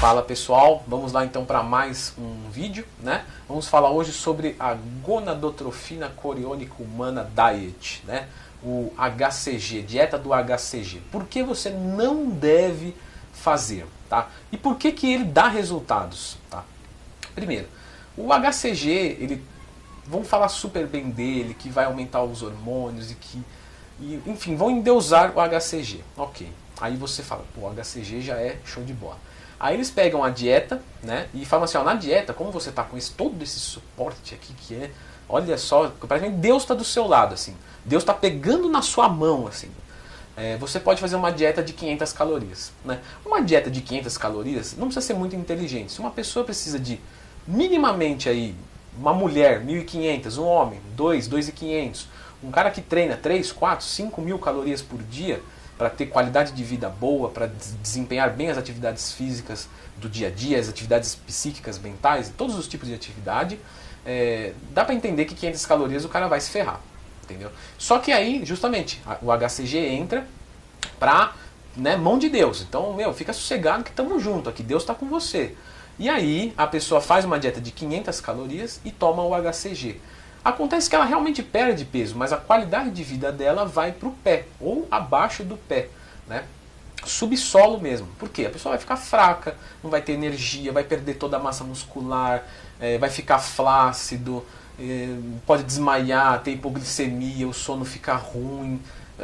Fala pessoal, vamos lá então para mais um vídeo, né? Vamos falar hoje sobre a Gonadotrofina Coriônica Humana Diet, né? O HCG, dieta do HCG. Por que você não deve fazer, tá? E por que que ele dá resultados, tá? Primeiro, o HCG, vamos falar super bem dele, que vai aumentar os hormônios enfim, vão endeusar o HCG, ok. Aí você fala, pô, o HCG já é show de bola. Aí eles pegam a dieta, né, e falam assim, ó, na dieta, como você tá com todo esse suporte aqui que é, olha só, praticamente Deus está do seu lado, assim. Deus está pegando na sua mão, assim. Você pode fazer uma dieta de 500 calorias, né? Uma dieta de 500 calorias não precisa ser muito inteligente. Se uma pessoa precisa de, minimamente aí, uma mulher, 1.500, um homem, 2.500, um cara que treina 3, 4, 5 mil calorias por dia, para ter qualidade de vida boa, para desempenhar bem as atividades físicas do dia a dia, as atividades psíquicas, mentais, todos os tipos de atividade, dá para entender que 500 calorias o cara vai se ferrar, entendeu? Só que aí, justamente, o HCG entra para, né, mão de Deus. Então, fica sossegado que estamos juntos, aqui Deus está com você. E aí a pessoa faz uma dieta de 500 calorias e toma o HCG. Acontece que ela realmente perde peso, mas a qualidade de vida dela vai para o pé, ou abaixo do pé, né? Subsolo mesmo. Por quê? A pessoa vai ficar fraca, não vai ter energia, vai perder toda a massa muscular, vai ficar flácido, pode desmaiar, ter hipoglicemia, o sono fica ruim.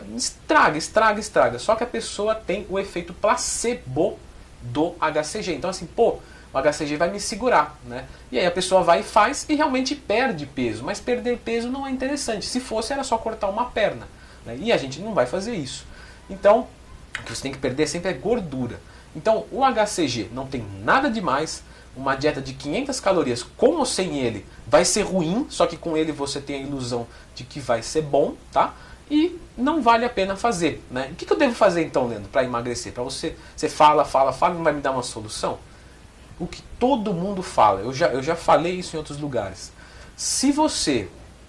Estraga. Só que a pessoa tem o efeito placebo do HCG. Então assim, pô, o HCG vai me segurar, né? E aí a pessoa vai e faz e realmente perde peso. Mas perder peso não é interessante. Se fosse, era só cortar uma perna, né? E a gente não vai fazer isso. Então, o que você tem que perder sempre é gordura. Então, o HCG não tem nada demais. Uma dieta de 500 calorias, com ou sem ele, vai ser ruim. Só que com ele você tem a ilusão de que vai ser bom, tá? E não vale a pena fazer, né? O que eu devo fazer então, Leandro, para emagrecer? Para você fala, não vai me dar uma solução? O que todo mundo fala, eu já falei isso em outros lugares. Se você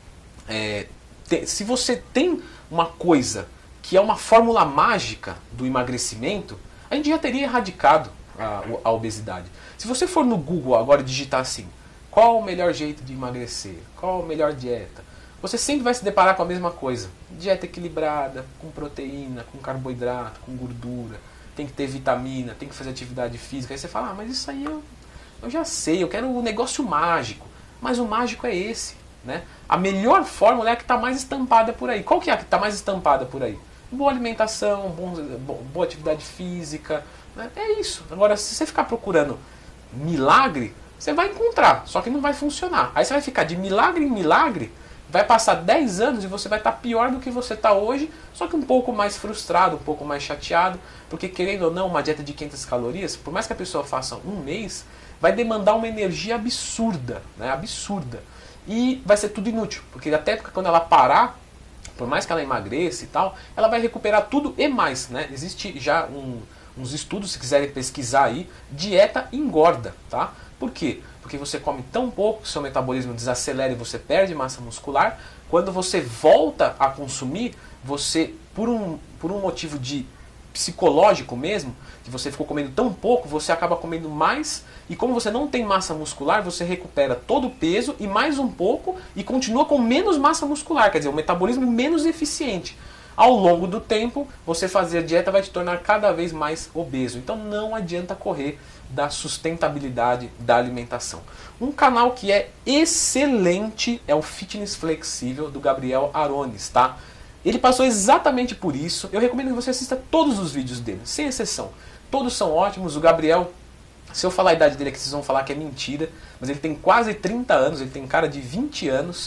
tem uma coisa que é uma fórmula mágica do emagrecimento, a gente já teria erradicado a obesidade. Se você for no Google agora e digitar assim, qual o melhor jeito de emagrecer, qual a melhor dieta, você sempre vai se deparar com a mesma coisa. Dieta equilibrada, com proteína, com carboidrato, com gordura. Tem que ter vitamina, tem que fazer atividade física. Aí você fala, mas isso aí eu já sei, eu quero um negócio mágico. Mas o mágico é esse, né? A melhor fórmula é a que está mais estampada por aí. Qual que é a que está mais estampada por aí? Boa alimentação, boa atividade física, né? É isso. Agora, se você ficar procurando milagre, você vai encontrar, só que não vai funcionar. Aí você vai ficar de milagre em milagre, vai passar 10 anos e você vai estar pior do que você está hoje, só que um pouco mais frustrado, um pouco mais chateado, porque querendo ou não, uma dieta de 500 calorias, por mais que a pessoa faça um mês, vai demandar uma energia absurda, né? Absurda. E vai ser tudo inútil, porque até quando ela parar, por mais que ela emagreça e tal, ela vai recuperar tudo e mais, né? Existe já uns estudos, se quiserem pesquisar aí, dieta engorda, tá? Por quê? Porque você come tão pouco, seu metabolismo desacelera e você perde massa muscular. Quando você volta a consumir, você, por um motivo psicológico mesmo, que você ficou comendo tão pouco, você acaba comendo mais, e como você não tem massa muscular, você recupera todo o peso e mais um pouco, e continua com menos massa muscular, quer dizer, o metabolismo menos eficiente. Ao longo do tempo, você fazer a dieta vai te tornar cada vez mais obeso. Então não adianta correr da sustentabilidade da alimentação. Um canal que é excelente é o Fitness Flexível do Gabriel Arones, tá? Ele passou exatamente por isso. Eu recomendo que você assista todos os vídeos dele, sem exceção. Todos são ótimos. O Gabriel, se eu falar a idade dele aqui, vocês vão falar que é mentira, mas ele tem quase 30 anos, ele tem cara de 20 anos.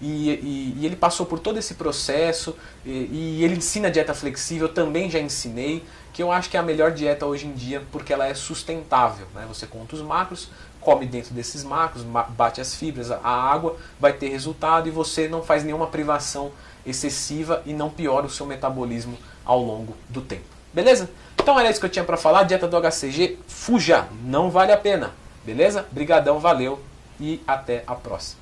E ele passou por todo esse processo e ele ensina dieta flexível, eu também já ensinei, que eu acho que é a melhor dieta hoje em dia porque ela é sustentável, né? Você conta os macros, come dentro desses macros, bate as fibras, a água, vai ter resultado e você não faz nenhuma privação excessiva e não piora o seu metabolismo ao longo do tempo. Beleza? Então era isso que eu tinha para falar, dieta do HCG, fuja, não vale a pena. Beleza? Brigadão, valeu e até a próxima.